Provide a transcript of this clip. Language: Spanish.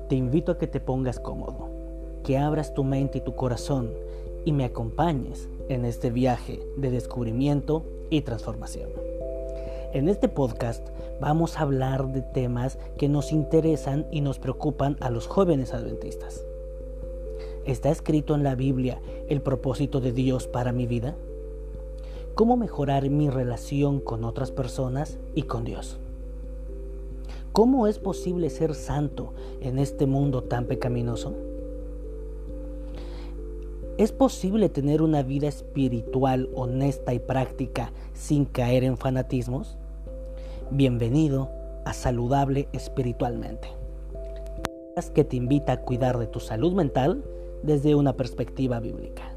Te invito a que te pongas cómodo, que abras tu mente y tu corazón y me acompañes en este viaje de descubrimiento y transformación. En este podcast vamos a hablar de temas que nos interesan y nos preocupan a los jóvenes adventistas. ¿Está escrito en la Biblia el propósito de Dios para mi vida? ¿Cómo mejorar mi relación con otras personas y con Dios? ¿Cómo es posible ser santo en este mundo tan pecaminoso? ¿Es posible tener una vida espiritual honesta y práctica sin caer en fanatismos? Bienvenido a Saludable Espiritualmente, que te invita a cuidar de tu salud mental desde una perspectiva bíblica.